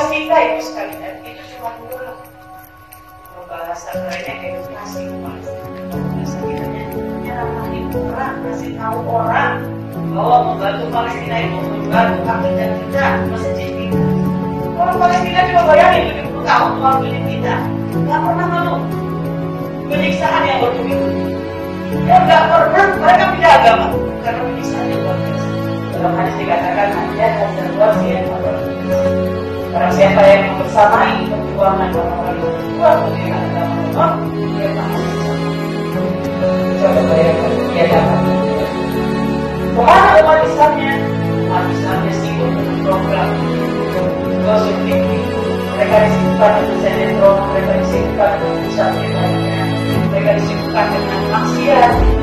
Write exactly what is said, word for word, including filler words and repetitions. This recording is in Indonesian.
Palestina itu sekali lagi itu cuma dua. Kalau bahasa kerennya edukasi Palestina, bahasa kitanya nyeramahin orang, kasih tahu orang bahwa membantu Palestina itu membantu akidah kita, masjid kita. Orang Palestina coba bayangin tujuh puluh tahun tuan milik kita, nggak pernah lalu penyiksaan yang bertubi-tubi. Ya nggak pernah mereka pindah agama karena penyiksaan yang luar biasa. Dalam hadis dikatakan hanya hasil wasi yang barang siapa yang membersamai perjuangan orang-orang yang berjuang membela agama Allah, dia pasti coba bayangkan dia dapat. Kemana umat Islamnya? Umat Islamnya sibuk dengan program gosip tinggi. Mereka disibukkan dengan sinetron, mereka disibukkan dengan pusat lainnya, mereka disibukkan dengan maksiat.